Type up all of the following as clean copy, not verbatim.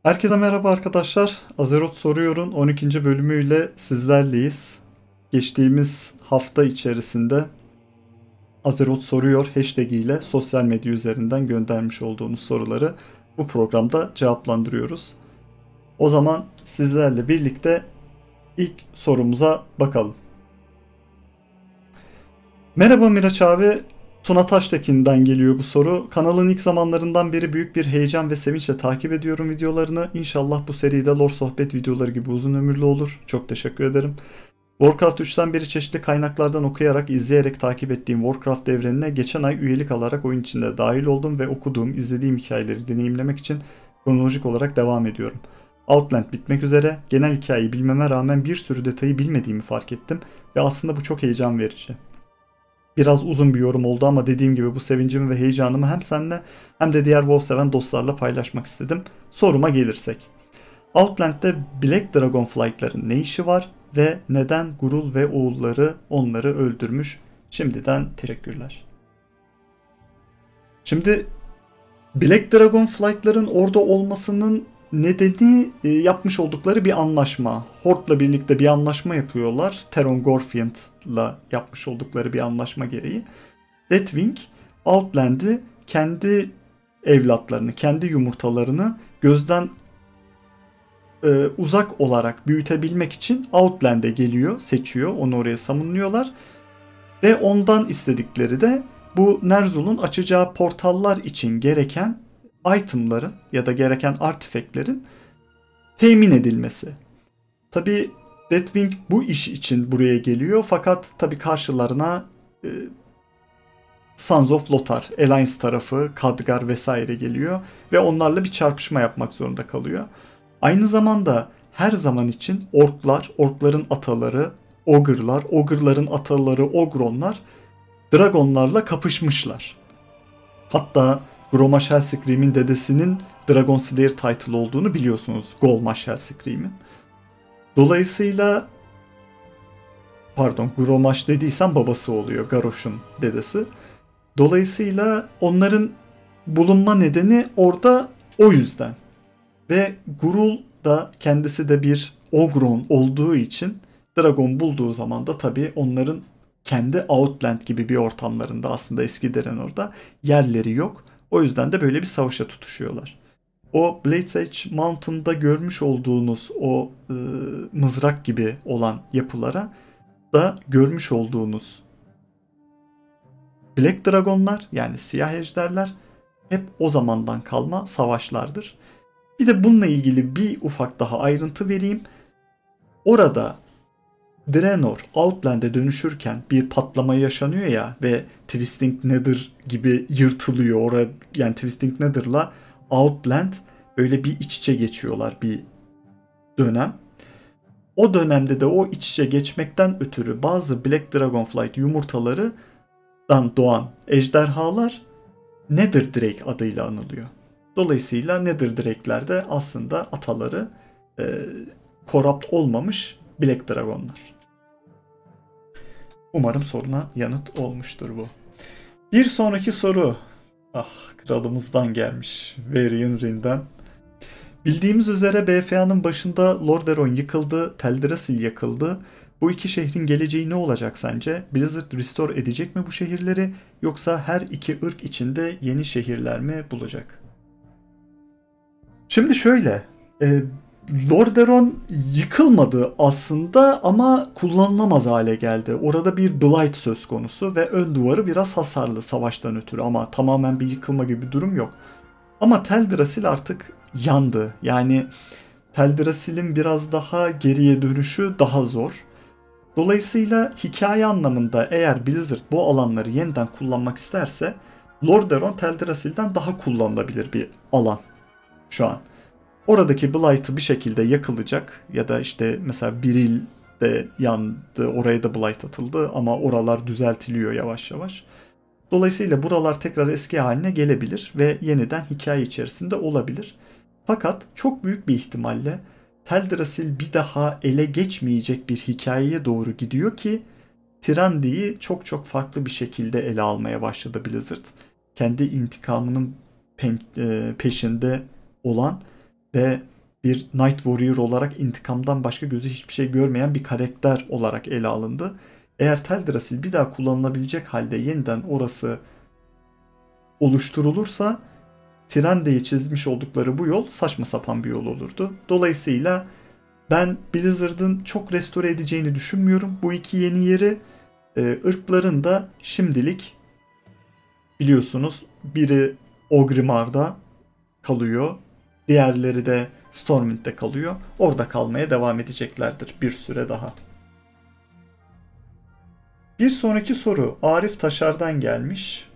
Herkese merhaba arkadaşlar. Azeroth Soruyor'un 12. bölümüyle sizlerleyiz. Geçtiğimiz hafta içerisinde Azeroth Soruyor hashtag ile sosyal medya üzerinden göndermiş olduğunuz soruları bu programda cevaplandırıyoruz. O zaman sizlerle birlikte ilk sorumuza bakalım. Merhaba Miraç abi. Tuna Taştekin'den geliyor bu soru. Kanalın ilk zamanlarından beri büyük bir heyecan ve sevinçle takip ediyorum videolarını. İnşallah bu seride lore sohbet videoları gibi uzun ömürlü olur. Çok teşekkür ederim. Warcraft 3'ten beri çeşitli kaynaklardan okuyarak, izleyerek takip ettiğim Warcraft evrenine geçen ay üyelik alarak oyun içinde dahil oldum ve okuduğum, izlediğim hikayeleri deneyimlemek için kronolojik olarak devam ediyorum. Outland bitmek üzere, genel hikayeyi bilmeme rağmen bir sürü detayı bilmediğimi fark ettim ve aslında bu çok heyecan verici. Biraz uzun bir yorum oldu ama dediğim gibi bu sevincimi ve heyecanımı hem seninle hem de diğer WoW seven dostlarla paylaşmak istedim. Soruma gelirsek. Outland'de Black Dragonflight'ların ne işi var ve neden Gurul ve oğulları onları öldürmüş? Şimdiden teşekkürler. Şimdi Black Dragonflight'ların orada olmasının nedeni yapmış oldukları bir anlaşma. Horde'la birlikte bir anlaşma yapıyorlar. Teron Gorfient'la yapmış oldukları bir anlaşma gereği. Deathwing, Outland'i kendi evlatlarını, kendi yumurtalarını gözden uzak olarak büyütebilmek için Outland'e geliyor, seçiyor, onu oraya summonluyorlar. Ve ondan istedikleri de bu Ner'zhul'un açacağı portallar için gereken itemların ya da gereken artifactlerin temin edilmesi. Tabi Deathwing bu iş için buraya geliyor fakat tabi karşılarına Sons of Lothar, Alliance tarafı, Khadgar vesaire geliyor ve onlarla bir çarpışma yapmak zorunda kalıyor. Aynı zamanda her zaman için orklar, orkların ataları, ogre'lar, ogre'ların ataları, ogronlar dragonlarla kapışmışlar. Hatta Grommash Hellscream'in dedesinin Dragon Slayer title olduğunu biliyorsunuz. Golmash Hellscream'in. Dolayısıyla Grommash dediysem babası oluyor. Garrosh'un dedesi. Dolayısıyla onların bulunma nedeni orada o yüzden. Ve Gurul da kendisi de bir Ogron olduğu için Dragon bulduğu zaman da tabii onların kendi Outland gibi bir ortamlarında aslında eski Draenor'da yerleri yok. O yüzden de böyle bir savaşa tutuşuyorlar. O Blade's Edge Mountain'da görmüş olduğunuz o mızrak gibi olan yapılara da görmüş olduğunuz Black Dragonlar yani siyah ejderler hep o zamandan kalma savaşlardır. Bir de bununla ilgili bir ufak daha ayrıntı vereyim. Orada Draenor Outland'e dönüşürken bir patlama yaşanıyor ya ve Twisting Nether gibi yırtılıyor. Orada yani Twisting Nether'la Outland öyle bir iç içe geçiyorlar bir dönem. O dönemde de o iç içe geçmekten ötürü bazı Black Dragonflight yumurtalarından doğan ejderhalar Nether Drake adıyla anılıyor. Dolayısıyla Nether Drake'ler de aslında ataları corrupt olmamış Black Dragonlar. Umarım soruna yanıt olmuştur bu. Bir sonraki soru. Ah, kralımızdan gelmiş. Varian Rin'den. Bildiğimiz üzere BFA'nın başında Lordaeron yıkıldı, Teldrassil yakıldı. Bu iki şehrin geleceği ne olacak sence? Blizzard restore edecek mi bu şehirleri yoksa her iki ırk içinde yeni şehirler mi bulacak? Şimdi şöyle, Lordaeron yıkılmadı aslında ama kullanılamaz hale geldi. Orada bir blight söz konusu ve ön duvarı biraz hasarlı savaştan ötürü ama tamamen bir yıkılma gibi bir durum yok. Ama Teldrassil artık yandı. Yani Teldrassil'in biraz daha geriye dönüşü daha zor. Dolayısıyla hikaye anlamında eğer Blizzard bu alanları yeniden kullanmak isterse Lordaeron Teldrassil'den daha kullanılabilir bir alan şu an. Oradaki Blight'ı bir şekilde yakılacak ya da işte mesela Biril de yandı, oraya da Blight atıldı ama oralar düzeltiliyor yavaş yavaş. Dolayısıyla buralar tekrar eski haline gelebilir ve yeniden hikaye içerisinde olabilir. Fakat çok büyük bir ihtimalle Teldrassil bir daha ele geçmeyecek bir hikayeye doğru gidiyor ki Tyrandy'yi çok çok farklı bir şekilde ele almaya başladı Blizzard. Kendi intikamının peşinde olan ve bir Night Warrior olarak intikamdan başka gözü hiçbir şey görmeyen bir karakter olarak ele alındı. Eğer Teldrassil bir daha kullanılabilecek halde yeniden orası oluşturulursa Tyrande çizmiş oldukları bu yol saçma sapan bir yol olurdu. Dolayısıyla ben Blizzard'ın çok restore edeceğini düşünmüyorum. Bu iki yeni yeri ırkların da şimdilik biliyorsunuz biri Orgrimmar'da kalıyor. Diğerleri de Stormwind'de kalıyor. Orada kalmaya devam edeceklerdir bir süre daha. Bir sonraki soru Arif Taşar'dan gelmiş.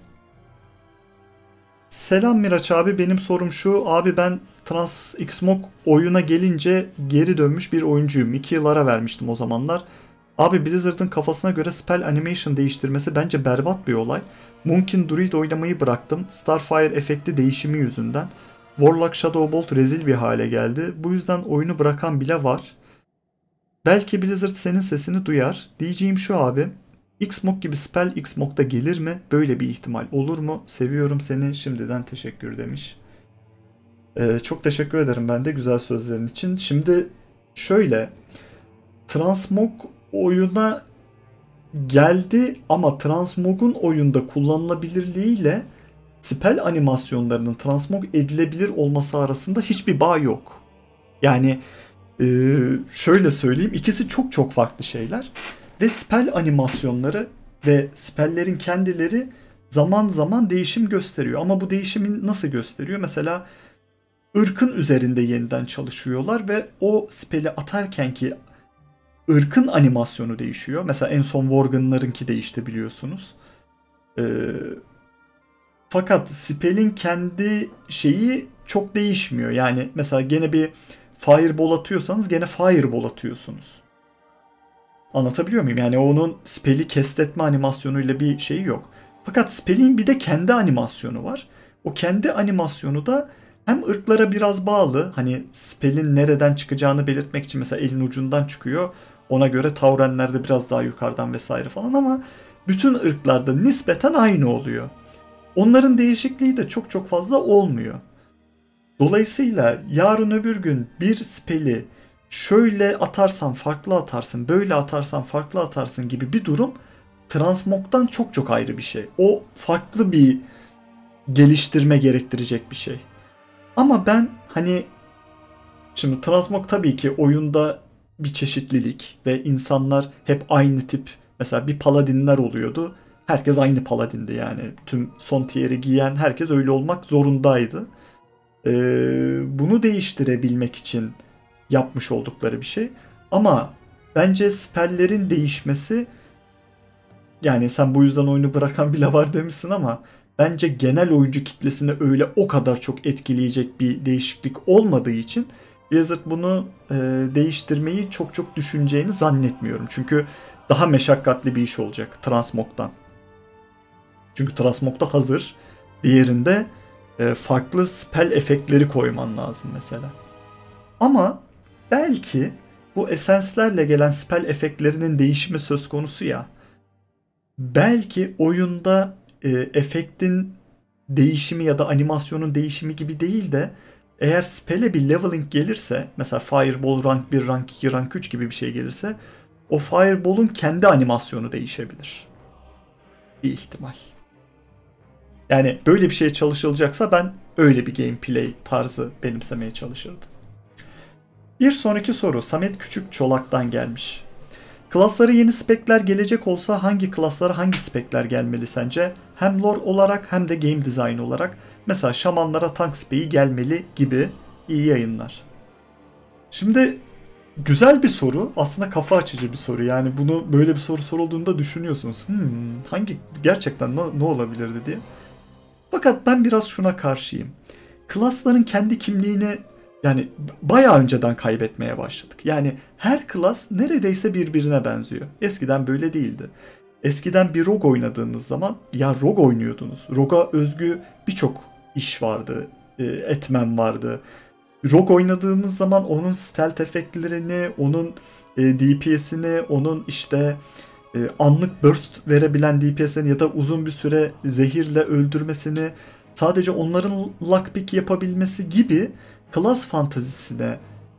Selam Miraç abi, benim sorum şu. Abi ben Transxmog oyuna gelince geri dönmüş bir oyuncuyum. 2 yıl ara vermiştim o zamanlar. Abi Blizzard'ın kafasına göre spell animation değiştirmesi bence berbat bir olay. Moonkin Druid oynamayı bıraktım. Starfire efekti değişimi yüzünden. Warlock Shadowbolt rezil bir hale geldi. Bu yüzden oyunu bırakan bile var. Belki Blizzard senin sesini duyar. Diyeceğim şu abi. Xmog gibi spell Xmog'da gelir mi? Böyle bir ihtimal olur mu? Seviyorum seni. Şimdiden teşekkür demiş. Çok teşekkür ederim ben de güzel sözlerin için. Şimdi şöyle. Transmog oyuna geldi ama Transmog'un oyunda kullanılabilirliğiyle spell animasyonlarının transmog edilebilir olması arasında hiçbir bağ yok. Yani şöyle söyleyeyim, ikisi çok çok farklı şeyler ve spell animasyonları ve spelllerin kendileri zaman zaman değişim gösteriyor. Ama bu değişimi nasıl gösteriyor? Mesela ırkın üzerinde yeniden çalışıyorlar ve o spell'i atarken ki ırkın animasyonu değişiyor. Mesela en son Worgen'larınki değişti biliyorsunuz. Fakat spell'in kendi şeyi çok değişmiyor. Yani mesela gene bir Fireball atıyorsanız gene Fireball atıyorsunuz. Anlatabiliyor muyum? Yani onun spell'i kestetme animasyonuyla bir şeyi yok. Fakat spell'in bir de kendi animasyonu var. O kendi animasyonu da hem ırklara biraz bağlı. Hani spell'in nereden çıkacağını belirtmek için mesela elin ucundan çıkıyor. Ona göre Taurenler'de biraz daha yukarıdan vesaire falan ama bütün ırklarda nispeten aynı oluyor. Onların değişikliği de çok çok fazla olmuyor. Dolayısıyla yarın öbür gün bir spell'i şöyle atarsan farklı atarsın, böyle atarsan farklı atarsın gibi bir durum Transmog'dan çok çok ayrı bir şey. O farklı bir geliştirme gerektirecek bir şey. Ama ben hani şimdi Transmog tabii ki oyunda bir çeşitlilik ve insanlar hep aynı tip, mesela bir paladinler oluyordu. Herkes aynı paladindi yani. Tüm son tier'i giyen herkes öyle olmak zorundaydı. Bunu değiştirebilmek için yapmış oldukları bir şey. Ama bence spell'lerin değişmesi, yani sen bu yüzden oyunu bırakan bile var demişsin ama bence genel oyuncu kitlesini öyle o kadar çok etkileyecek bir değişiklik olmadığı için Blizzard bunu değiştirmeyi çok çok düşüneceğini zannetmiyorum. Çünkü daha meşakkatli bir iş olacak Transmog'dan. Çünkü Transmog'da hazır. Diğerinde farklı spell efektleri koyman lazım mesela. Ama belki bu esenslerle gelen spell efektlerinin değişimi söz konusu ya. Belki oyunda efektin değişimi ya da animasyonun değişimi gibi değil de eğer spell'e bir leveling gelirse, mesela Fireball rank 1, rank 2, rank 3 gibi bir şey gelirse o Fireball'un kendi animasyonu değişebilir. Bir ihtimal. Yani böyle bir şeye çalışılacaksa ben öyle bir gameplay tarzı benimsemeye çalışırdım. Bir sonraki soru Samet Küçük Çolak'tan gelmiş. Klaslara yeni spekler gelecek olsa hangi klaslara hangi spekler gelmeli sence? Hem lore olarak hem de game design olarak. Mesela şamanlara tank speyi gelmeli gibi. İyi yayınlar. Şimdi güzel bir soru. Aslında kafa açıcı bir soru. Yani bunu böyle bir soru sorulduğunda düşünüyorsunuz. Hangi gerçekten ne olabilirdi diye. Fakat ben biraz şuna karşıyım. Klasların kendi kimliğini yani bayağı önceden kaybetmeye başladık. Yani her klas neredeyse birbirine benziyor. Eskiden böyle değildi. Eskiden bir rogue oynadığınız zaman ya rogue oynuyordunuz. Rogue'a özgü birçok iş vardı. Etmen vardı. Rogue oynadığınız zaman onun stealth efektlerini, onun DPS'ini, onun işte anlık burst verebilen DPS'ini ya da uzun bir süre zehirle öldürmesini, sadece onların lockpick yapabilmesi gibi klas fantazisine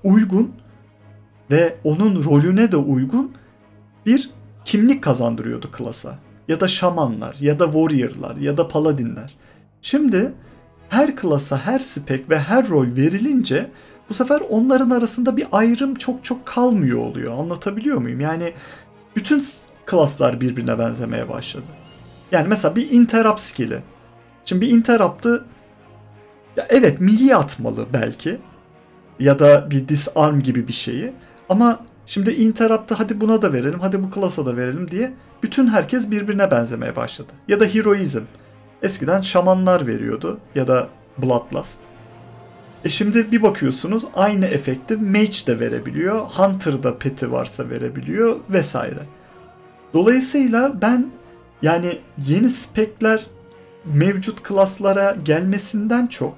uygun ve onun rolüne de uygun bir kimlik kazandırıyordu klasa. Ya da şamanlar, ya da warrior'lar, ya da paladinler. Şimdi her klasa, her spek ve her rol verilince bu sefer onların arasında bir ayrım çok çok kalmıyor oluyor. Anlatabiliyor muyum? Yani bütün klaslar birbirine benzemeye başladı. Yani mesela bir interrupt skill'i. Şimdi bir interrupt'ı evet melee atmalı belki. Ya da bir disarm gibi bir şeyi. Ama şimdi interrupt'ı hadi buna da verelim, hadi bu klasa da verelim diye bütün herkes birbirine benzemeye başladı. Ya da heroizm. Eskiden şamanlar veriyordu ya da bloodlust. Şimdi bir bakıyorsunuz aynı efekti mage de verebiliyor, hunter da pet'i varsa verebiliyor vesaire. Dolayısıyla ben yani yeni spekler mevcut klaslara gelmesinden çok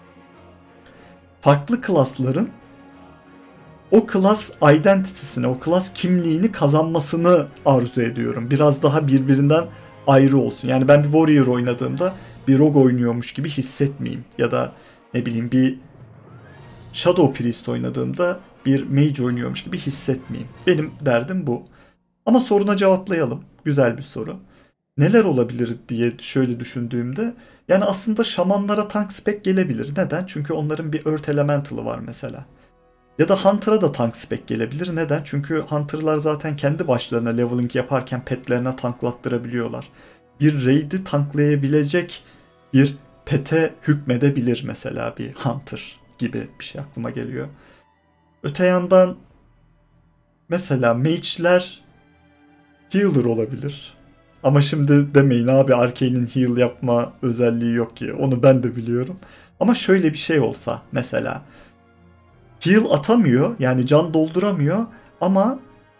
farklı klasların o klas identity'sini, o klas kimliğini kazanmasını arzu ediyorum. Biraz daha birbirinden ayrı olsun. Yani ben bir warrior oynadığımda bir rogue oynuyormuş gibi hissetmeyeyim. Ya da ne bileyim bir shadow priest oynadığımda bir mage oynuyormuş gibi hissetmeyeyim. Benim derdim bu. Ama soruna cevaplayalım. Güzel bir soru. Neler olabilir diye şöyle düşündüğümde yani aslında şamanlara tank spec gelebilir. Neden? Çünkü onların bir earth elemental'ı var mesela. Ya da Hunter'a da tank spec gelebilir. Neden? Çünkü Hunter'lar zaten kendi başlarına leveling yaparken petlerine tanklattırabiliyorlar. Bir raid'i tanklayabilecek bir pete hükmedebilir mesela bir Hunter gibi bir şey aklıma geliyor. Öte yandan mesela mage'ler healer olabilir. Ama şimdi demeyin abi Arkane'in heal yapma özelliği yok ki. Onu ben de biliyorum. Ama şöyle bir şey olsa mesela heal atamıyor yani can dolduramıyor ama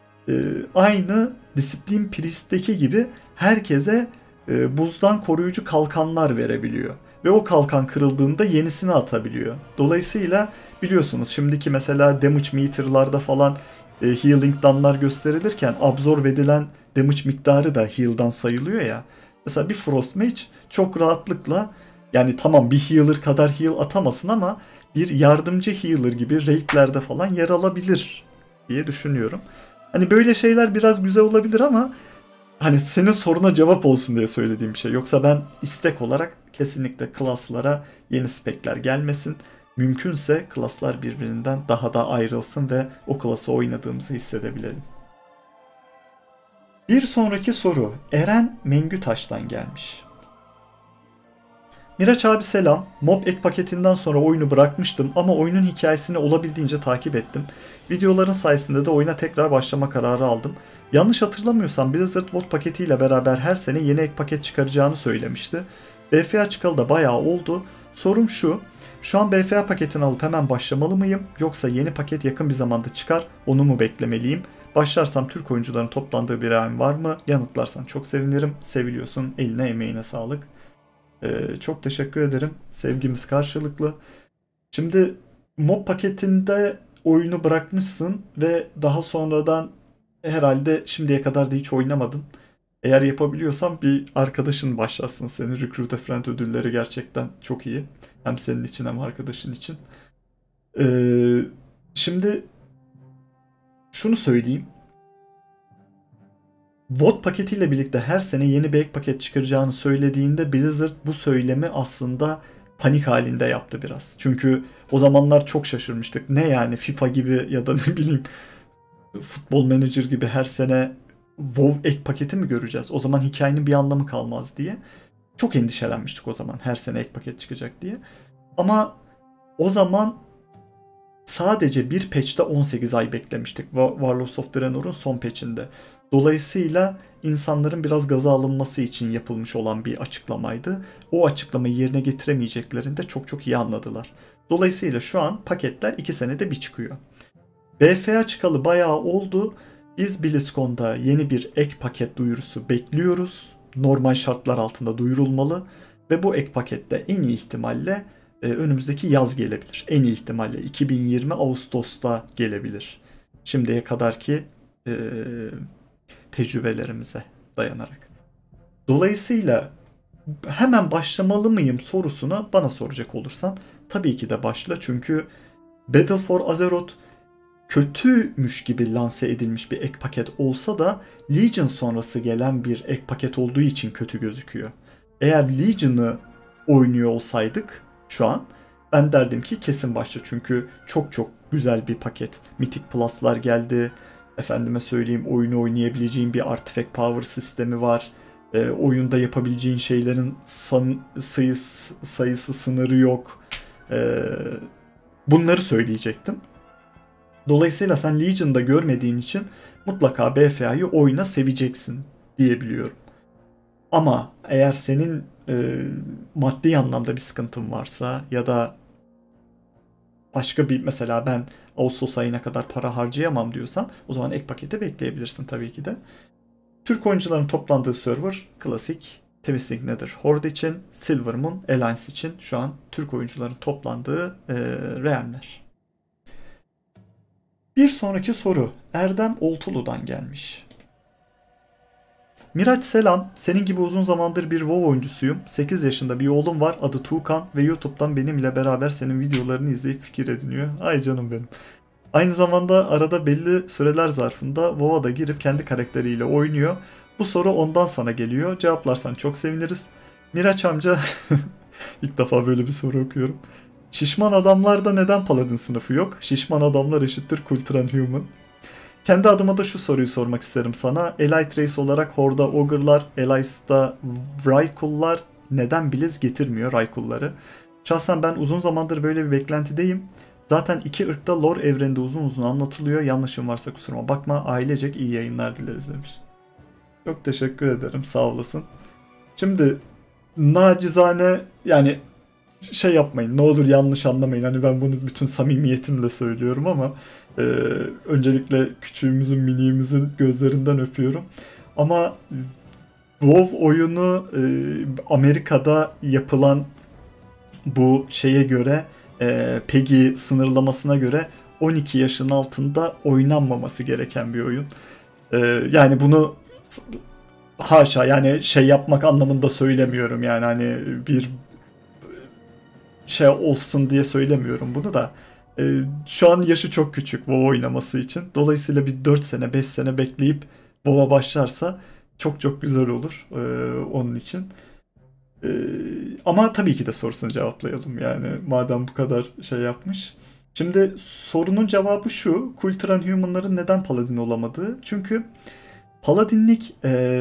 aynı Disiplin Priest'teki gibi herkese buzdan koruyucu kalkanlar verebiliyor. Ve o kalkan kırıldığında yenisini atabiliyor. Dolayısıyla biliyorsunuz şimdiki mesela damage meter'larda falan healing damlar gösterilirken absorb edilen damage miktarı da heal'dan sayılıyor ya. Mesela bir Frost Mage çok rahatlıkla yani tamam bir healer kadar heal atamasın ama bir yardımcı healer gibi raidlerde falan yer alabilir diye düşünüyorum. Hani böyle şeyler biraz güzel olabilir ama hani senin soruna cevap olsun diye söylediğim bir şey. Yoksa ben istek olarak kesinlikle klaslara yeni spekler gelmesin. Mümkünse klaslar birbirinden daha da ayrılsın ve o klası oynadığımızı hissedebilelim. Bir sonraki soru Eren Mengütaş'tan gelmiş. Miraç abi selam. Mob ek paketinden sonra oyunu bırakmıştım ama oyunun hikayesini olabildiğince takip ettim. Videoların sayesinde de oyuna tekrar başlama kararı aldım. Yanlış hatırlamıyorsam Blizzard VOD paketiyle beraber her sene yeni ek paket çıkaracağını söylemişti. BFA çıkalı da bayağı oldu. Sorum şu an BFA paketini alıp hemen başlamalı mıyım? Yoksa yeni paket yakın bir zamanda çıkar, onu mu beklemeliyim? Başlarsam Türk oyuncuların toplandığı bir alan var mı? Yanıtlarsan çok sevinirim. Seviliyorsun, eline emeğine sağlık. Çok teşekkür ederim. Sevgimiz karşılıklı. Şimdi mob paketinde oyunu bırakmışsın ve daha sonradan herhalde şimdiye kadar da hiç oynamadın. Eğer yapabiliyorsan bir arkadaşın başlasın seni. Recruit a Friend ödülleri gerçekten çok iyi. Hem senin için hem arkadaşın için. Şimdi şunu söyleyeyim. VOD paketiyle birlikte her sene yeni bir ek paket çıkaracağını söylediğinde Blizzard bu söylemi aslında panik halinde yaptı biraz. Çünkü o zamanlar çok şaşırmıştık. Ne yani FIFA gibi ya da ne bileyim Futbol Manager gibi her sene WoW ek paketi mi göreceğiz? O zaman hikayenin bir anlamı kalmaz diye. Çok endişelenmiştik o zaman her sene ek paket çıkacak diye. Ama o zaman sadece bir patch'te 18 ay beklemiştik. Warlords of Draenor'un son patch'inde. Dolayısıyla insanların biraz gaza alınması için yapılmış olan bir açıklamaydı. O açıklamayı yerine getiremeyeceklerini de çok çok iyi anladılar. Dolayısıyla şu an paketler 2 senede bir çıkıyor. BFA çıkalı bayağı oldu. Biz BlizzCon'da yeni bir ek paket duyurusu bekliyoruz. Normal şartlar altında duyurulmalı. Ve bu ek pakette en iyi ihtimalle önümüzdeki yaz gelebilir. En iyi ihtimalle 2020 Ağustos'ta gelebilir. Şimdiye kadarki tecrübelerimize dayanarak. Dolayısıyla hemen başlamalı mıyım sorusuna bana soracak olursan tabii ki de başla. Çünkü Battle for Azeroth kötüymüş gibi lanse edilmiş bir ek paket olsa da Legion sonrası gelen bir ek paket olduğu için kötü gözüküyor. Eğer Legion'ı oynuyor olsaydık şu an ben derdim ki kesin başla, çünkü çok çok güzel bir paket. Mythic Plus'lar geldi. Efendime söyleyeyim, oyunu oynayabileceğin bir Artifact Power sistemi var. Oyunda yapabileceğin şeylerin sayısı sınırı yok. Bunları söyleyecektim. Dolayısıyla sen Legion'da görmediğin için mutlaka BFA'yı oyna, seveceksin diyebiliyorum. Ama eğer senin maddi anlamda bir sıkıntın varsa ya da başka bir, mesela ben Ağustos ayına kadar para harcayamam diyorsan, o zaman ek paketi bekleyebilirsin tabii ki de. Türk oyuncuların toplandığı server klasik Twisting Nether Horde için, Silver Moon Alliance için şu an Türk oyuncuların toplandığı realmler. Bir sonraki soru Erdem Oltulu'dan gelmiş. Miraç selam. Senin gibi uzun zamandır bir WoW oyuncusuyum. 8 yaşında bir oğlum var. Adı Tuğkan ve YouTube'dan benimle beraber senin videolarını izleyip fikir ediniyor. Ay canım benim. Aynı zamanda arada belli süreler zarfında WoW'a da girip kendi karakteriyle oynuyor. Bu soru ondan sana geliyor. Cevaplarsan çok seviniriz. Miraç amca ilk defa böyle bir soru okuyorum. Şişman adamlarda neden paladin sınıfı yok? Şişman adamlar eşittir Culturan Human. Kendi adıma da şu soruyu sormak isterim sana. Elite Race olarak Horda Ogre'lar, Alliance'da Vrykullar neden Blizz getirmiyor Raykulları? Şahsen ben uzun zamandır böyle bir beklentideyim. Zaten iki ırkta lore evrende uzun uzun anlatılıyor. Yanlışım varsa kusuruma bakma. Ailecek iyi yayınlar dileriz demiş. Çok teşekkür ederim. Sağ olasın. Şimdi nacizane yani şey yapmayın, ne olur yanlış anlamayın. Hani ben bunu bütün samimiyetimle söylüyorum ama öncelikle küçüğümüzün, miniğimizin gözlerinden öpüyorum. Ama WoW oyunu Amerika'da yapılan bu şeye göre, PEGI sınırlamasına göre 12 yaşın altında oynanmaması gereken bir oyun. Yani bunu haşa, yani şey yapmak anlamında söylemiyorum, yani hani bir şey olsun diye söylemiyorum bunu da. Şu an yaşı çok küçük WoW oynaması için. Dolayısıyla bir 4 sene 5 sene bekleyip WoW'a başlarsa çok çok güzel olur onun için. Ama tabii ki de sorusunu cevaplayalım, yani madem bu kadar şey yapmış. Şimdi sorunun cevabı şu: Culturan Human'ların neden paladin olamadığı. Çünkü paladinlik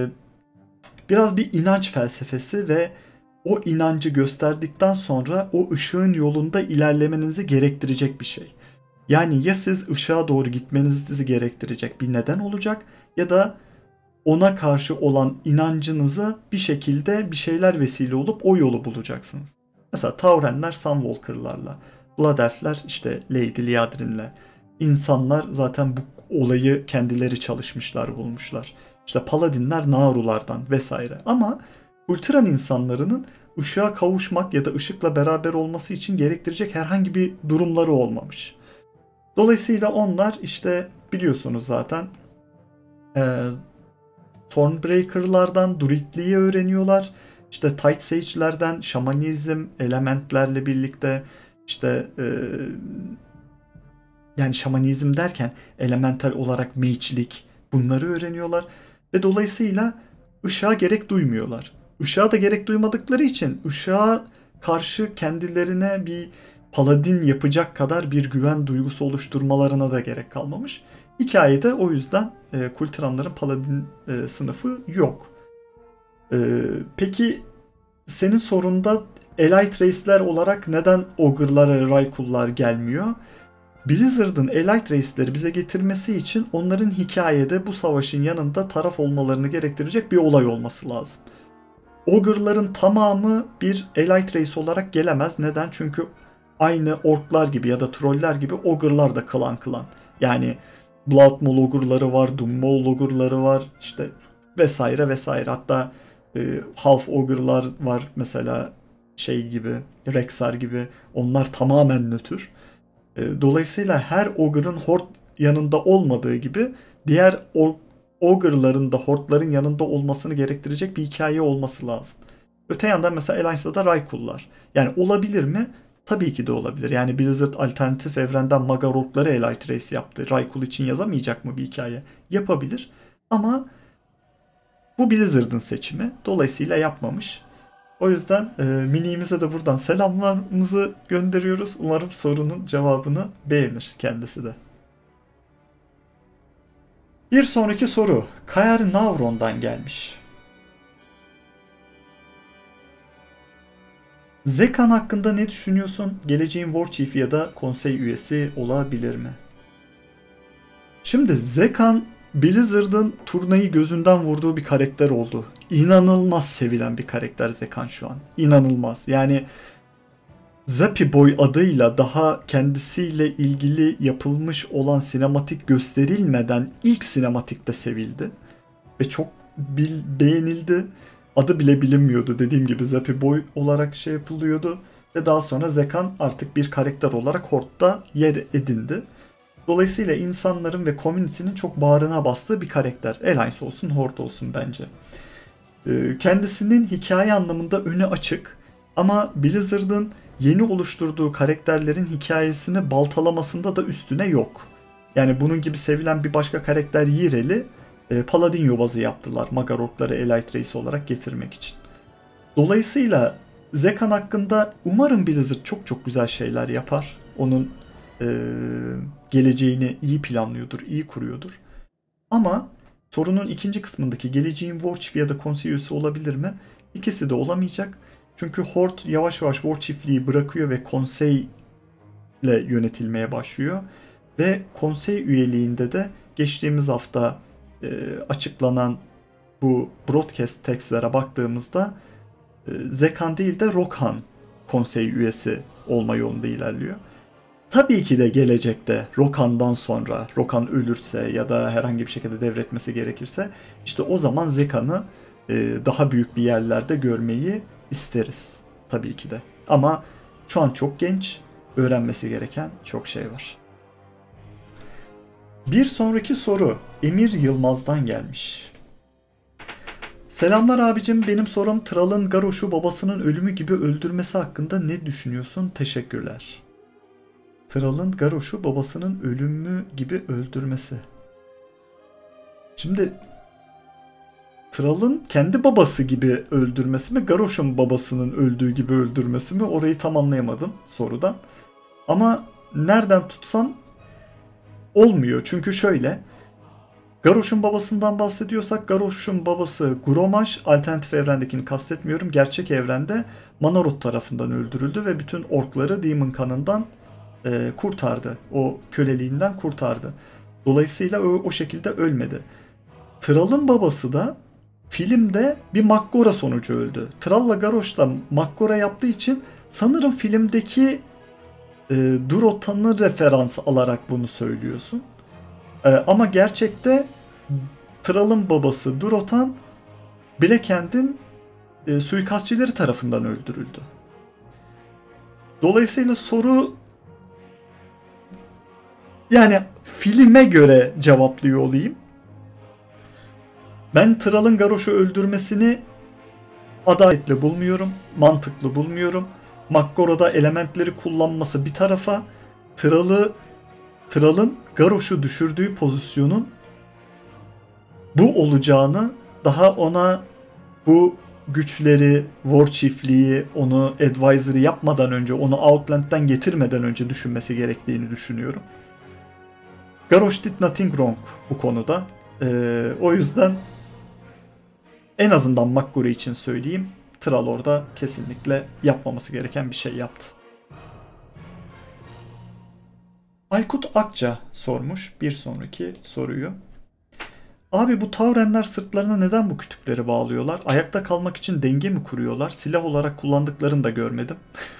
biraz bir inanç felsefesi ve o inancı gösterdikten sonra o ışığın yolunda ilerlemenizi gerektirecek bir şey. Yani ya siz ışığa doğru gitmenizi gerektirecek bir neden olacak ya da ona karşı olan inancınıza bir şekilde bir şeyler vesile olup o yolu bulacaksınız. Mesela Taurenler Sunwalker'larla, Blood Elf'ler işte Lady Liadrin'le. İnsanlar zaten bu olayı kendileri çalışmışlar, bulmuşlar. İşte Paladinler Naarulardan vesaire. Ama Ultran insanlarının ışığa kavuşmak ya da ışıkla beraber olması için gerektirecek herhangi bir durumları olmamış. Dolayısıyla onlar işte biliyorsunuz zaten Thornbreaker'lardan Druidliği öğreniyorlar. İşte Tight Sage'lerden şamanizm elementlerle birlikte işte yani şamanizm derken elemental olarak mage'lik, bunları öğreniyorlar. Ve dolayısıyla ışığa gerek duymuyorlar. Işığa da gerek duymadıkları için ışığa karşı kendilerine bir paladin yapacak kadar bir güven duygusu oluşturmalarına da gerek kalmamış. Hikayede o yüzden Kultiranların paladin sınıfı yok. Peki senin sorunda Elite Race'ler olarak neden Ogre'lar, Raykullar gelmiyor? Blizzard'ın Elite Race'leri bize getirmesi için onların hikayede bu savaşın yanında taraf olmalarını gerektirecek bir olay olması lazım. Ogre'ların tamamı bir Elite Race olarak gelemez. Neden? Çünkü aynı orklar gibi ya da troller gibi Ogre'lar da klan. Yani Blood Maul Ogre'ları var, Doom Maul Ogre'ları var, işte vesaire vesaire. Hatta Half Ogre'lar var mesela, şey gibi, Rexar gibi. Onlar tamamen nötr. Dolayısıyla her Ogre'ın Horde yanında olmadığı gibi diğer Ogre'ların da Horde'ların yanında olmasını gerektirecek bir hikaye olması lazım. Öte yandan mesela Alliance'da da Raykullar. Yani olabilir mi? Tabii ki de olabilir. Yani Blizzard alternatif evrenden Magarokları Elite Race yaptı. Raikul için yazamayacak mı bir hikaye? Yapabilir. Ama bu Blizzard'ın seçimi. Dolayısıyla yapmamış. O yüzden Mini'mize de buradan selamlarımızı gönderiyoruz. Umarım sorunun cevabını beğenir kendisi de. Bir sonraki soru Kaer Navron'dan gelmiş. Zekan hakkında ne düşünüyorsun? Geleceğin War Chief ya da konsey üyesi olabilir mi? Şimdi Zekan Blizzard'ın turnayı gözünden vurduğu bir karakter oldu. İnanılmaz sevilen bir karakter Zekan şu an. İnanılmaz. Yani Zappy Boy adıyla daha kendisiyle ilgili yapılmış olan sinematik gösterilmeden ilk sinematikte sevildi. Ve çok beğenildi. Adı bile bilinmiyordu. Dediğim gibi Zappy Boy olarak şey yapılıyordu. Ve daha sonra Zekan artık bir karakter olarak Horde'da yer edindi. Dolayısıyla insanların ve community'nin çok bağrına bastığı bir karakter. Alliance olsun, Horde olsun bence. Kendisinin hikaye anlamında önü açık. Ama Blizzard'ın yeni oluşturduğu karakterlerin hikayesini baltalamasında da üstüne yok. Yani bunun gibi sevilen bir başka karakter Yirel'i Paladin yobazı yaptılar. Magarokları Elite Race olarak getirmek için. Dolayısıyla Zekan hakkında umarım Blizzard çok çok güzel şeyler yapar. Onun geleceğini iyi planlıyordur, iyi kuruyordur. Ama sorunun ikinci kısmındaki geleceğin War Chief ya da konsey üyesi olabilir mi? İkisi de olamayacak. Çünkü Horde yavaş yavaş War Chief'liği bırakıyor ve konseyle yönetilmeye başlıyor. Ve konsey üyeliğinde de geçtiğimiz hafta açıklanan bu broadcast textlere baktığımızda Zekan değil de Rokhan konsey üyesi olma yolunda ilerliyor. Tabii ki de gelecekte Rokhan'dan sonra Rokhan ölürse ya da herhangi bir şekilde devretmesi gerekirse işte o zaman Zekan'ı daha büyük bir yerlerde görmeyi isteriz. Tabii ki de. Ama şu an çok genç, öğrenmesi gereken çok şey var. Bir sonraki soru Emir Yılmaz'dan gelmiş. Selamlar abicim, benim sorum Thrall'ın Garrosh'u babasının ölümü gibi öldürmesi hakkında ne düşünüyorsun? Teşekkürler. Thrall'ın Garrosh'u babasının ölümü gibi öldürmesi. Şimdi Thrall'ın kendi babası gibi öldürmesi mi, Garrosh'un babasının öldüğü gibi öldürmesi mi? Orayı tam anlayamadım sorudan. Ama nereden tutsam olmuyor. Çünkü şöyle, Garrosh'un babasından bahsediyorsak Garrosh'un babası Grommash, alternatif evrendekini kastetmiyorum. Gerçek evrende Manaroth tarafından öldürüldü ve bütün orkları Demon kanından kurtardı. O köleliğinden kurtardı. Dolayısıyla o şekilde ölmedi. Thrall'ın babası da filmde bir Makgora sonucu öldü. Thrall'la Garrosh da Makgora yaptığı için sanırım filmdeki Durotan'ı referans alarak bunu söylüyorsun. Ama gerçekte Thrall'ın babası Durotan Black Hand'in suikastçileri tarafından öldürüldü. Dolayısıyla soru, yani filme göre cevaplıyor olayım. Ben Thrall'ın Garrosh'u öldürmesini adaletli bulmuyorum, mantıklı bulmuyorum. Makgora'da elementleri kullanması bir tarafa, Thrall'ın Garrosh'u düşürdüğü pozisyonun bu olacağını, daha ona bu güçleri, War Chief'liği, onu advisory yapmadan önce, onu Outland'den getirmeden önce düşünmesi gerektiğini düşünüyorum. Garrosh did nothing wrong bu konuda. O yüzden en azından Makgora için söyleyeyim, Thrall orada kesinlikle yapmaması gereken bir şey yaptı. Aykut Akça sormuş bir sonraki soruyu. Abi bu Taurenler sırtlarına neden bu kütükleri bağlıyorlar? Ayakta kalmak için denge mi kuruyorlar? Silah olarak kullandıklarını da görmedim.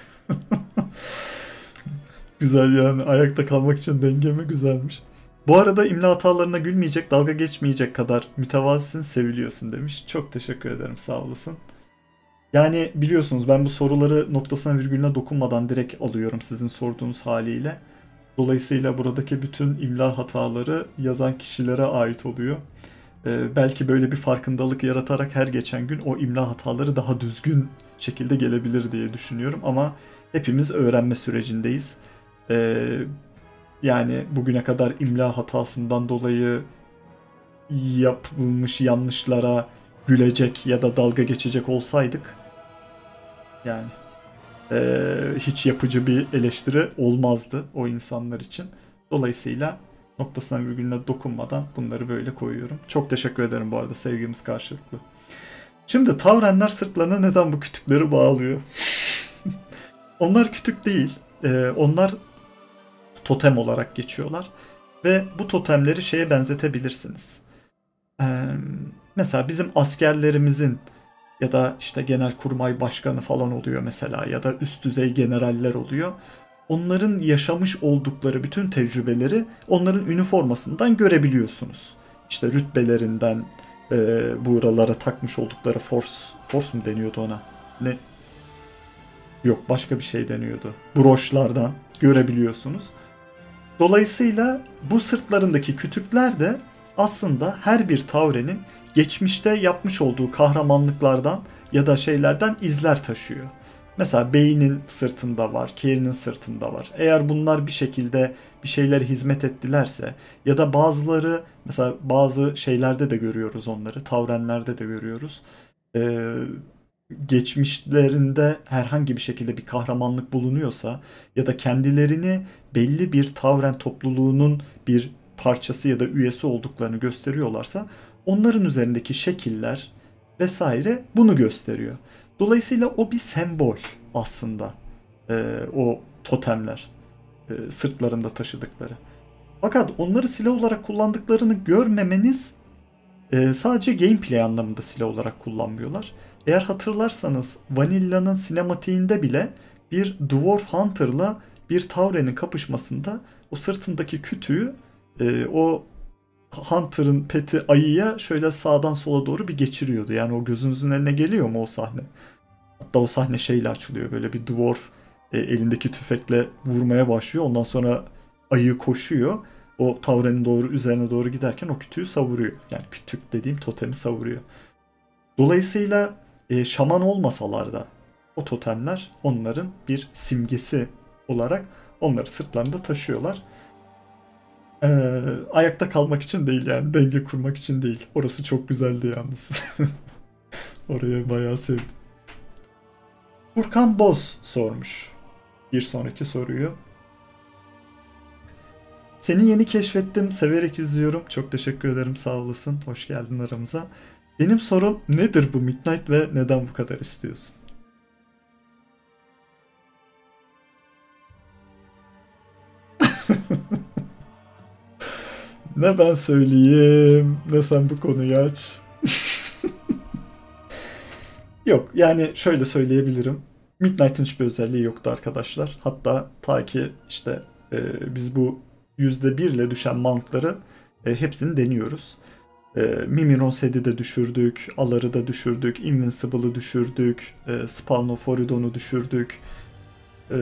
Güzel yani, ayakta kalmak için denge mi? Güzelmiş. Bu arada imla hatalarına gülmeyecek, dalga geçmeyecek kadar mütevazisin, seviliyorsun demiş. Çok teşekkür ederim, sağ olasın. Yani biliyorsunuz ben bu soruları noktasına virgülüne dokunmadan direkt alıyorum sizin sorduğunuz haliyle. Dolayısıyla buradaki bütün imla hataları yazan kişilere ait oluyor. Belki böyle bir farkındalık yaratarak her geçen gün o imla hataları daha düzgün şekilde gelebilir diye düşünüyorum ama hepimiz öğrenme sürecindeyiz. Yani bugüne kadar imla hatasından dolayı yapılmış yanlışlara gülecek ya da dalga geçecek olsaydık yani hiç yapıcı bir eleştiri olmazdı o insanlar için. Dolayısıyla noktasına virgülüne dokunmadan bunları böyle koyuyorum. Çok teşekkür ederim bu arada, sevgimiz karşılıklı. Şimdi Taurenler sırtlarına neden bu kütükleri bağlıyor? Onlar kütük değil. Onlar totem olarak geçiyorlar. Ve bu totemleri şeye benzetebilirsiniz. Mesela bizim askerlerimizin ya da işte genelkurmay başkanı falan oluyor mesela ya da üst düzey generaller oluyor. Onların yaşamış oldukları bütün tecrübeleri onların üniformasından görebiliyorsunuz. İşte rütbelerinden, buralara takmış oldukları force mu deniyordu ona? Ne? Yok, başka bir şey deniyordu. Broşlardan görebiliyorsunuz. Dolayısıyla bu sırtlarındaki kütükler de aslında her bir Tauren'in geçmişte yapmış olduğu kahramanlıklardan ya da şeylerden izler taşıyor. Mesela Bey'in sırtında var, Kier'in sırtında var. Eğer bunlar bir şekilde bir şeylere hizmet ettilerse ya da bazıları, mesela bazı şeylerde de görüyoruz onları, Taurenlerde de görüyoruz. Ee, Geçmişlerinde herhangi bir şekilde bir kahramanlık bulunuyorsa ya da kendilerini belli bir Tauren topluluğunun bir parçası ya da üyesi olduklarını gösteriyorlarsa onların üzerindeki şekiller vesaire bunu gösteriyor. Dolayısıyla o bir sembol aslında. O totemler sırtlarında taşıdıkları. Fakat onları silah olarak kullandıklarını görmemeniz sadece gameplay anlamında silah olarak kullanmıyorlar. Eğer hatırlarsanız Vanilla'nın sinematiğinde bile bir Dwarf Hunter'la bir Tauren'in kapışmasında o sırtındaki kütüğü o Hunter'ın peti ayıya şöyle sağdan sola doğru bir geçiriyordu. Yani o gözünüzün önüne geliyor mu o sahne? Hatta o sahne şeyle açılıyor. Böyle bir dwarf elindeki tüfekle vurmaya başlıyor. Ondan sonra ayı koşuyor. O Tauren'in doğru üzerine doğru giderken o kütüğü savuruyor. Yani kütük dediğim totemi savuruyor. Dolayısıyla şaman olmasalar da o totemler onların bir simgesi olarak onları sırtlarında taşıyorlar. Ayakta kalmak için değil, yani denge kurmak için değil. Orası çok güzeldi yalnız. Oraya bayağı sevdim. Furkan Boz sormuş bir sonraki soruyu. Seni yeni keşfettim, severek izliyorum. Çok teşekkür ederim, sağ olasın. Hoş geldin aramıza. Benim sorum nedir bu Midnight ve neden bu kadar istiyorsun? Ne ben söyleyeyim, ne sen bu konuyu aç. Yok, yani şöyle söyleyebilirim. Midnight'ın hiçbir özelliği yoktu arkadaşlar. Hatta ta ki işte biz bu %1 ile düşen mountları hepsini deniyoruz. Mimiron Sed'i de düşürdük, Alar'ı da düşürdük, Invincible'ı düşürdük, Spawn of Oridon'u düşürdük. E,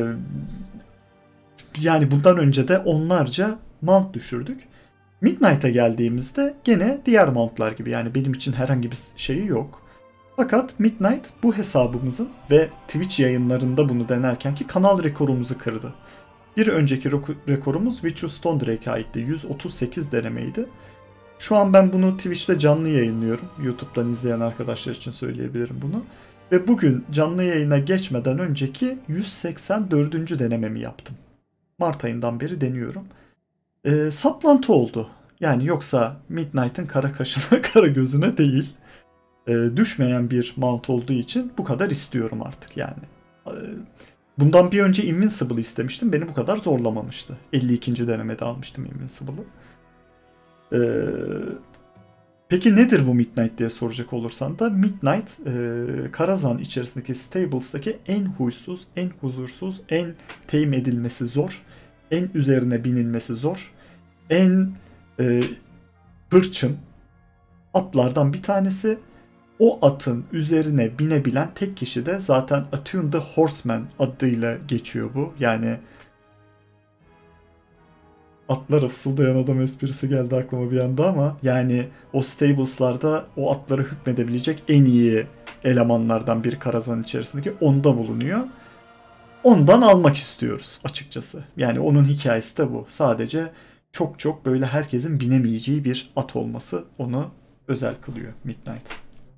Yani bundan önce de onlarca mount düşürdük. Midnight'a geldiğimizde gene diğer mountlar gibi, yani benim için herhangi bir şeyi yok. Fakat Midnight bu hesabımızın ve Twitch yayınlarında bunu denerkenki kanal rekorumuzu kırdı. Bir önceki rekorumuz Witcher Stone Drake'e aitti. 138 denemeydi. Şu an ben bunu Twitch'te canlı yayınlıyorum. YouTube'dan izleyen arkadaşlar için söyleyebilirim bunu. Ve bugün canlı yayına geçmeden önceki 184. denememi yaptım. Mart ayından beri deniyorum. Saplantı oldu. Yani yoksa Midnight'ın kara kaşına kara gözüne değil. Düşmeyen bir mount olduğu için bu kadar istiyorum artık yani. Bundan bir önce Invincible istemiştim. Beni bu kadar zorlamamıştı. 52. denemede almıştım Invincible'ı. Peki nedir bu Midnight diye soracak olursan da Midnight Karazhan içerisindeki stables'taki en huysuz, en huzursuz, en teyim edilmesi zor, en üzerine binilmesi zor, en hırçın atlardan bir tanesi. O atın üzerine binebilen tek kişi de zaten Attune the Horseman adıyla geçiyor bu. Yani atlara fısıldayan adam esprisi geldi aklıma bir anda ama yani o stables'larda o atlara hükmedebilecek en iyi elemanlardan biri Karazhan içerisindeki, onda bulunuyor. Ondan almak istiyoruz açıkçası. Yani onun hikayesi de bu. Sadece çok çok böyle herkesin binemeyeceği bir at olması onu özel kılıyor Midnight.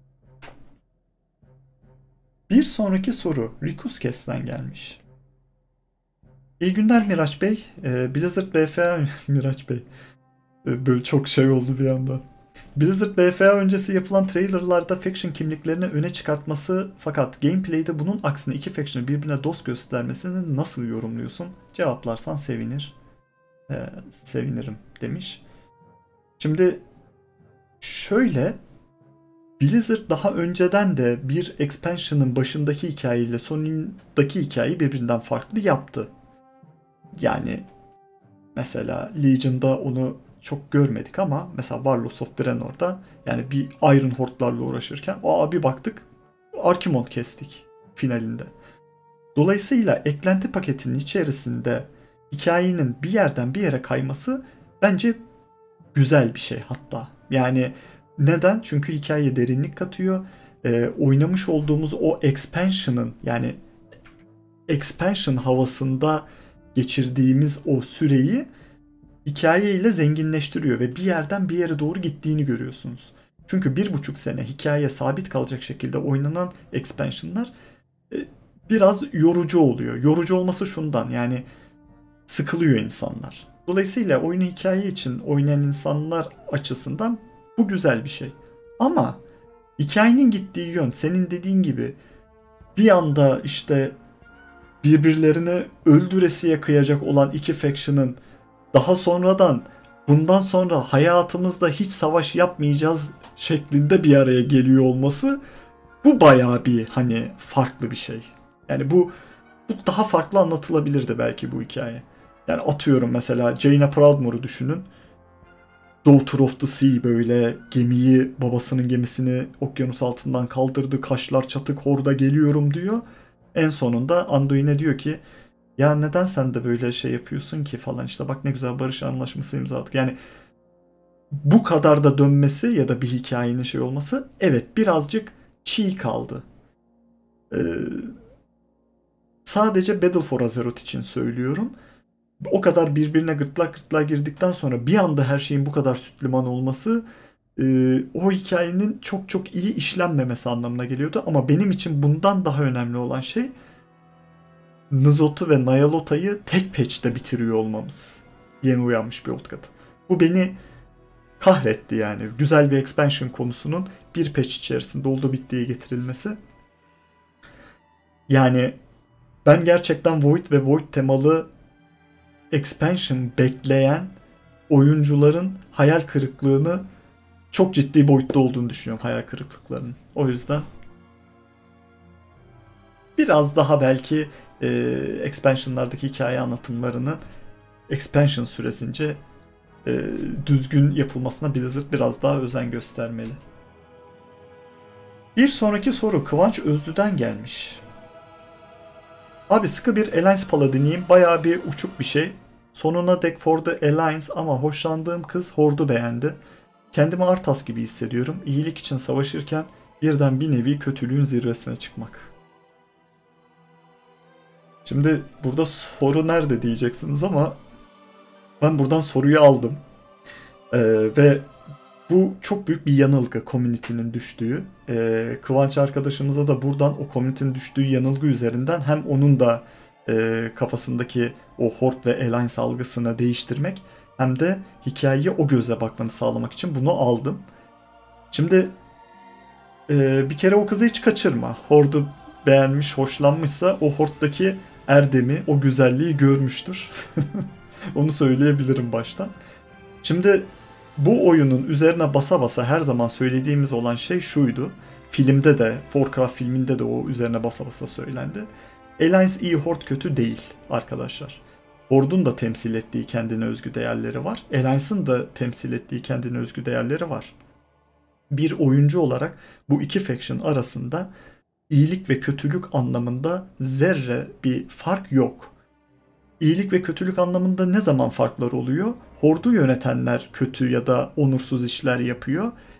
Bir sonraki soru Rikuskes'ten gelmiş. İyi günler Miraç Bey. Blizzard BFA Miraç Bey. Böyle çok şey oldu bir anda. Blizzard BFA öncesi yapılan trailerlarda faction kimliklerini öne çıkartması fakat gameplay'de bunun aksine iki faction'ı birbirine dost göstermesini nasıl yorumluyorsun? Cevaplarsan sevinirim demiş. Şimdi şöyle, Blizzard daha önceden de bir expansion'ın başındaki hikayeyle sonundaki hikayeyi birbirinden farklı yaptı. Yani mesela Legion'da onu çok görmedik ama mesela Warlords of Draenor'da yani bir Iron Horde'larla uğraşırken bir baktık Archimonde kestik finalinde. Dolayısıyla eklenti paketinin içerisinde hikayenin bir yerden bir yere kayması bence güzel bir şey hatta. Yani neden? Çünkü hikayeye derinlik katıyor. Oynamış olduğumuz o expansion'ın yani expansion havasında geçirdiğimiz o süreyi hikayeyle zenginleştiriyor ve bir yerden bir yere doğru gittiğini görüyorsunuz. Çünkü 1,5 sene hikayeye sabit kalacak şekilde oynanan expansion'lar biraz yorucu oluyor. Yorucu olması şundan, yani sıkılıyor insanlar. Dolayısıyla oyunu hikaye için oynayan insanlar açısından bu güzel bir şey. Ama hikayenin gittiği yön senin dediğin gibi bir anda işte birbirlerini öldüresiye kıyacak olan iki faction'ın daha sonradan bundan sonra hayatımızda hiç savaş yapmayacağız şeklinde bir araya geliyor olması, bu bayağı bir hani farklı bir şey. Yani bu daha farklı anlatılabilirdi belki bu hikaye. Yani atıyorum mesela Jaina Proudmoore'u düşünün. Daughter of the Sea, böyle gemiyi, babasının gemisini okyanus altından kaldırdı. Kaşlar çatık, Horda geliyorum diyor. En sonunda Anduin'e diyor ki ya neden sen de böyle şey yapıyorsun ki falan, işte bak ne güzel barış anlaşması imzaladık. Yani bu kadar da dönmesi ya da bir hikayenin şey olması evet birazcık çiğ kaldı. Sadece Battle for Azeroth için söylüyorum. O kadar birbirine gırtlak gırtlağa girdikten sonra bir anda her şeyin bu kadar süt liman olması o hikayenin çok çok iyi işlenmemesi anlamına geliyordu. Ama benim için bundan daha önemli olan şey N'Zot'u ve Nyalota'yı tek patch'te bitiriyor olmamız. Yeni uyanmış bir old kat. Bu beni kahretti yani. Güzel bir expansion konusunun bir patch içerisinde oldu bittiği getirilmesi. Yani ben gerçekten Void ve Void temalı expansion bekleyen oyuncuların hayal kırıklığını çok ciddi boyutta olduğunu düşünüyorum, hayal kırıklıklarının. O yüzden biraz daha belki expansionlardaki hikaye anlatımlarının expansion süresince düzgün yapılmasına Blizzard biraz daha özen göstermeli. Bir sonraki soru Kıvanç Özlü'den gelmiş. Abi sıkı bir Alliance Paladiniyim. Bayağı bir uçuk bir şey. Sonuna dek for the Alliance ama hoşlandığım kız Horde'u beğendi. Kendimi Arthas gibi hissediyorum. İyilik için savaşırken birden bir nevi kötülüğün zirvesine çıkmak. Şimdi burada soru nerede diyeceksiniz ama ben buradan soruyu aldım. Ve bu çok büyük bir yanılgı community'nin düştüğü. Kıvanç arkadaşımıza da buradan o community'nin düştüğü yanılgı üzerinden hem onun da kafasındaki o Horde ve Alliance algısını değiştirmek hem de hikayeye o gözle bakmanı sağlamak için bunu aldım. Şimdi bir kere o kızı hiç kaçırma. Horde'u beğenmiş, hoşlanmışsa o Horde'daki erdemi, o güzelliği görmüştür. Onu söyleyebilirim baştan. Şimdi bu oyunun üzerine basa basa her zaman söylediğimiz olan şey şuydu. Filmde de, Warcraft filminde de o üzerine basa basa söylendi. Alliance iyi, Horde kötü değil arkadaşlar. Horde'un da temsil ettiği kendine özgü değerleri var. Alliance'ın da temsil ettiği kendine özgü değerleri var. Bir oyuncu olarak bu iki faction arasında iyilik ve kötülük anlamında zerre bir fark yok. İyilik ve kötülük anlamında ne zaman farklar oluyor? Horde'u yönetenler kötü ya da onursuz işler yapıyor.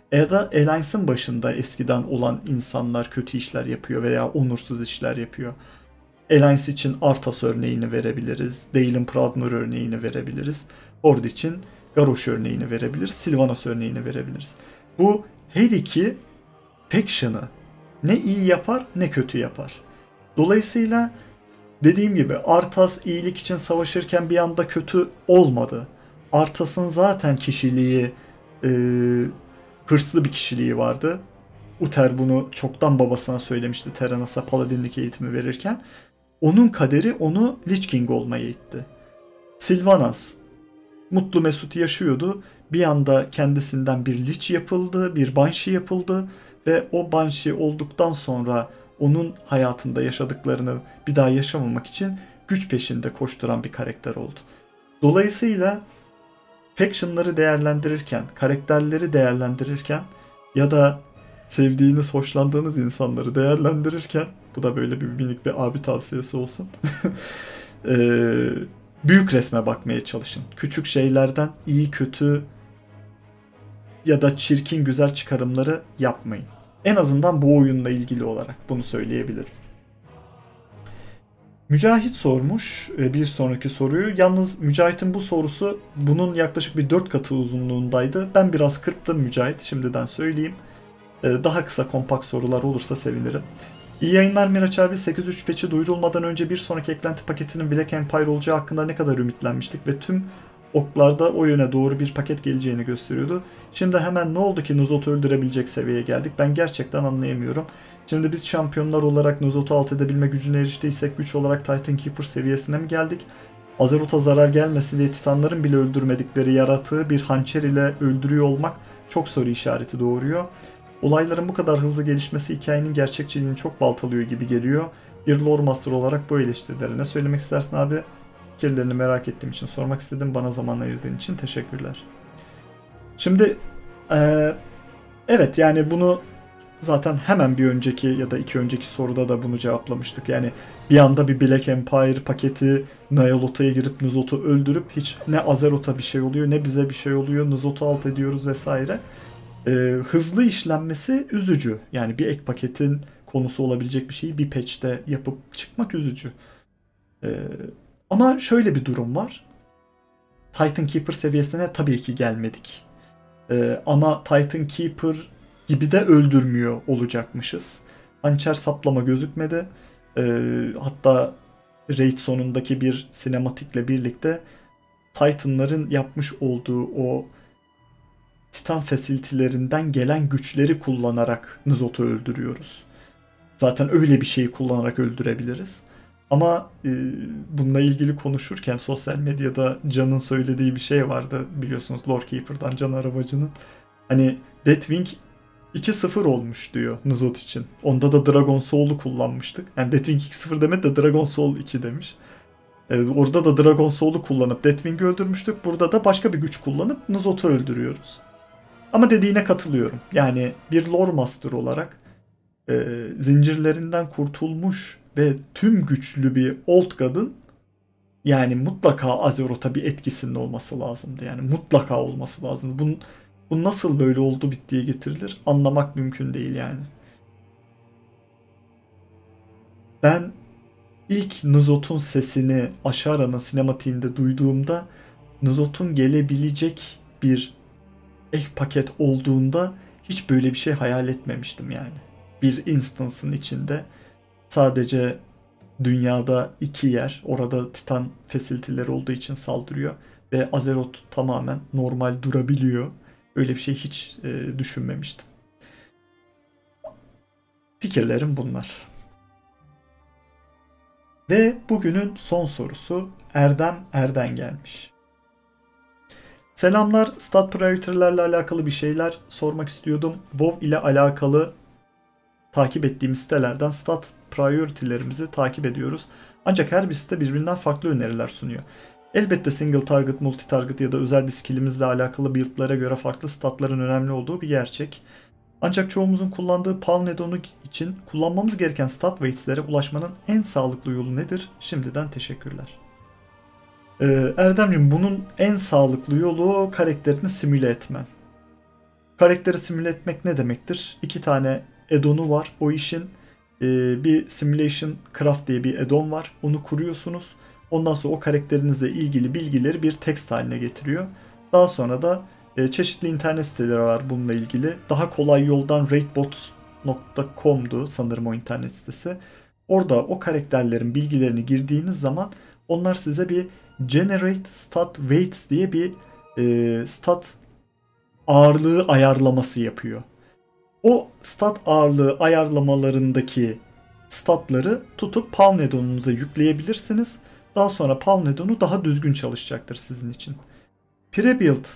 Ya da Alliance'ın başında eskiden olan insanlar kötü işler yapıyor veya onursuz işler yapıyor. Alliance için Arthas örneğini verebiliriz. Dalen Proudmoore örneğini verebiliriz. Horde için Garrosh örneğini verebiliriz. Sylvanas örneğini verebiliriz. Bu her iki faction'ı ne iyi yapar ne kötü yapar. Dolayısıyla dediğim gibi Arthas iyilik için savaşırken bir anda kötü olmadı. Arthas'ın zaten kişiliği hırslı bir kişiliği vardı. Uther bunu çoktan babasına söylemişti Terenas'a paladinlik eğitimi verirken. Onun kaderi onu Lich King olmaya itti. Sylvanas mutlu mesut yaşıyordu. Bir anda kendisinden bir Lich yapıldı, bir Banshee yapıldı ve o Banshee olduktan sonra onun hayatında yaşadıklarını bir daha yaşamamak için güç peşinde koşturan bir karakter oldu. Dolayısıyla faction'ları değerlendirirken, karakterleri değerlendirirken ya da sevdiğiniz, hoşlandığınız insanları değerlendirirken, bu da böyle bir minik bir abi tavsiyesi olsun. Büyük resme bakmaya çalışın. Küçük şeylerden iyi kötü ya da çirkin güzel çıkarımları yapmayın. En azından bu oyunla ilgili olarak bunu söyleyebilirim. Mücahit sormuş bir sonraki soruyu. Yalnız Mücahit'in bu sorusu bunun yaklaşık bir 4 katı uzunluğundaydı. Ben biraz kırptım Mücahit, şimdiden söyleyeyim. Daha kısa kompakt sorular olursa sevinirim. İyi yayınlar Miraç abi. 8.3 patch'i duyurulmadan önce bir sonraki eklenti paketinin Black Empire olacağı hakkında ne kadar ümitlenmiştik ve tüm oklarda o yöne doğru bir paket geleceğini gösteriyordu. Şimdi hemen ne oldu ki Nuzot'u öldürebilecek seviyeye geldik? Ben gerçekten anlayamıyorum. Şimdi biz şampiyonlar olarak Nuzot'u alt edebilme gücüne eriştiysek güç olarak Titan Keeper seviyesine mi geldik? Azeroth'a zarar gelmesin diye Titanların bile öldürmedikleri yaratığı bir hançer ile öldürüyor olmak çok soru işareti doğuruyor. Olayların bu kadar hızlı gelişmesi hikayenin gerçekçiliğini çok baltalıyor gibi geliyor. Bir lore master olarak bu eleştirileri ne söylemek istersin abi? Fikirlerini merak ettiğim için sormak istedim. Bana zaman ayırdığın için teşekkürler. Şimdi evet, yani bunu zaten hemen bir önceki ya da iki önceki soruda da bunu cevaplamıştık. Yani bir anda bir Black Empire paketi Nyalota'ya girip Nuzot'u öldürüp hiç ne Azeroth'a bir şey oluyor ne bize bir şey oluyor. Nuzot'u alt ediyoruz vesaire. Hızlı işlenmesi üzücü. Yani bir ek paketin konusu olabilecek bir şeyi bir patch'te yapıp çıkmak üzücü. Ama şöyle bir durum var. Titan Keeper seviyesine tabii ki gelmedik. Ama Titan Keeper gibi de öldürmüyor olacakmışız. Hançer saplama gözükmedi. Hatta raid sonundaki bir sinematikle birlikte Titan'ların yapmış olduğu o Titan facility'lerinden gelen güçleri kullanarak Nuzot'u öldürüyoruz. Zaten öyle bir şeyi kullanarak öldürebiliriz. Ama bununla ilgili konuşurken sosyal medyada Can'ın söylediği bir şey vardı. Biliyorsunuz Lore Keeper'dan Can Arabacı'nın. Hani Deathwing 2-0 olmuş diyor Nuzot için. Onda da Dragon Soul'u kullanmıştık. Yani Deathwing 2-0 demedi de Dragon Soul 2 demiş. Orada da Dragon Soul'u kullanıp Deathwing'i öldürmüştük. Burada da başka bir güç kullanıp Nuzot'u öldürüyoruz. Ama dediğine katılıyorum. Yani bir lore master olarak zincirlerinden kurtulmuş ve tüm güçlü bir old god'ın yani mutlaka Azeroth'a bir etkisinin olması lazımdı. Yani mutlaka olması lazım. Bu nasıl böyle oldu bittiye getirilir anlamak mümkün değil yani. Ben ilk Nuzot'un sesini Ashara'nın sinematiğinde duyduğumda Nuzot'un gelebilecek bir ek paket olduğunda hiç böyle bir şey hayal etmemiştim yani. Bir instance'ın içinde sadece dünyada 2 yer, orada Titan facility'leri olduğu için saldırıyor ve Azeroth tamamen normal durabiliyor. Öyle bir şey hiç düşünmemiştim. Fikirlerim bunlar. Ve bugünün son sorusu Erdem Erden gelmiş. Selamlar, stat priority'lerle alakalı bir şeyler sormak istiyordum. WoW ile alakalı takip ettiğimiz sitelerden stat priority'lerimizi takip ediyoruz. Ancak her bir site birbirinden farklı öneriler sunuyor. Elbette single target, multi target ya da özel bir skillimizle alakalı build'lara göre farklı statların önemli olduğu bir gerçek. Ancak çoğumuzun kullandığı Palnedon'u için kullanmamız gereken stat weights'lere ulaşmanın en sağlıklı yolu nedir? Şimdiden teşekkürler. Erdemciğim, bunun en sağlıklı yolu karakterini simüle etmen. karakteri simüle etmek ne demektir? 2 tane add-on'u var. O işin bir Simulation Craft diye bir add-on var. Onu kuruyorsunuz. Ondan sonra o karakterinizle ilgili bilgileri bir text haline getiriyor. Daha sonra da çeşitli internet siteleri var bununla ilgili. Daha kolay yoldan raidbots.com'du sanırım o internet sitesi. Orada o karakterlerin bilgilerini girdiğiniz zaman onlar size bir Generate Stat Weights diye bir stat ağırlığı ayarlaması yapıyor. O stat ağırlığı ayarlamalarındaki statları tutup Palm add-on'unuza yükleyebilirsiniz. Daha sonra Palm add-on'u daha düzgün çalışacaktır sizin için. Pre-build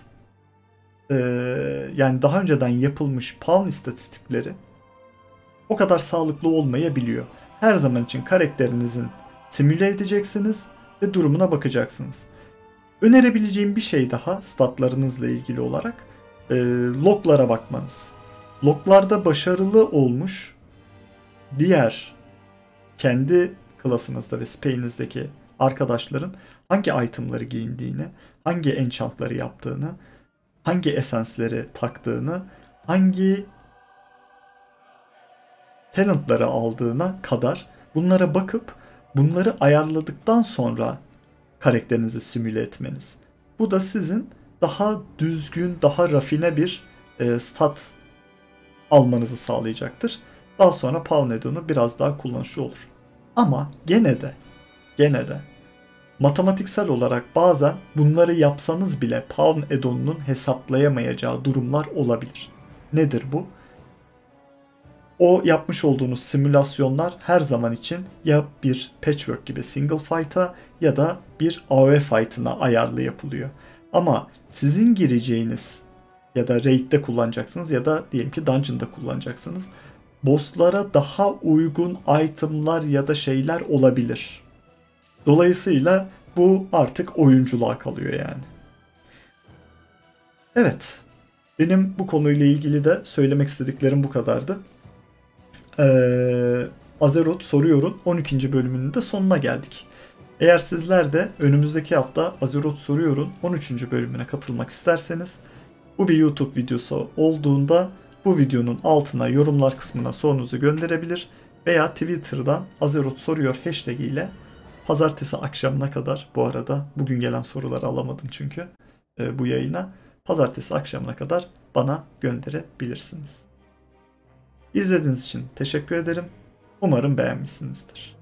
yani daha önceden yapılmış Palm istatistikleri o kadar sağlıklı olmayabiliyor. Her zaman için karakterinizin simüle edeceksiniz ve durumuna bakacaksınız. Önerebileceğim bir şey daha statlarınızla ilgili olarak loglara bakmanız. Loglarda başarılı olmuş diğer kendi klasınızda ve spey'inizdeki arkadaşların hangi itemları giyindiğini, hangi enchantları yaptığını, hangi esansleri taktığını, hangi talentları aldığına kadar bunlara bakıp bunları ayarladıktan sonra karakterinizi simüle etmeniz. Bu da sizin daha düzgün, daha rafine bir stat almanızı sağlayacaktır. Daha sonra Pawn add-on'u biraz daha kullanışlı olur. Ama gene de matematiksel olarak bazen bunları yapsanız bile Pawn add-on'un hesaplayamayacağı durumlar olabilir. Nedir bu? O yapmış olduğunuz simülasyonlar her zaman için ya bir patchwork gibi single fight'a ya da bir AoE fight'ına ayarlı yapılıyor. Ama sizin gireceğiniz ya da raid'de kullanacaksınız ya da diyelim ki dungeon'da kullanacaksınız. Boss'lara daha uygun itemlar ya da şeyler olabilir. Dolayısıyla bu artık oyunculuğa kalıyor yani. Evet. Benim bu konuyla ilgili de söylemek istediklerim bu kadardı. Azeroth Soruyor'un 12. bölümünün de sonuna geldik. Eğer sizler de önümüzdeki hafta Azeroth Soruyor'un 13. bölümüne katılmak isterseniz bu bir YouTube videosu olduğunda bu videonun altına yorumlar kısmına sorunuzu gönderebilir veya Twitter'dan Azeroth Soruyor hashtag ile pazartesi akşamına kadar, bu arada bugün gelen soruları alamadım çünkü bu yayına, pazartesi akşamına kadar bana gönderebilirsiniz. İzlediğiniz için teşekkür ederim. Umarım beğenmişsinizdir.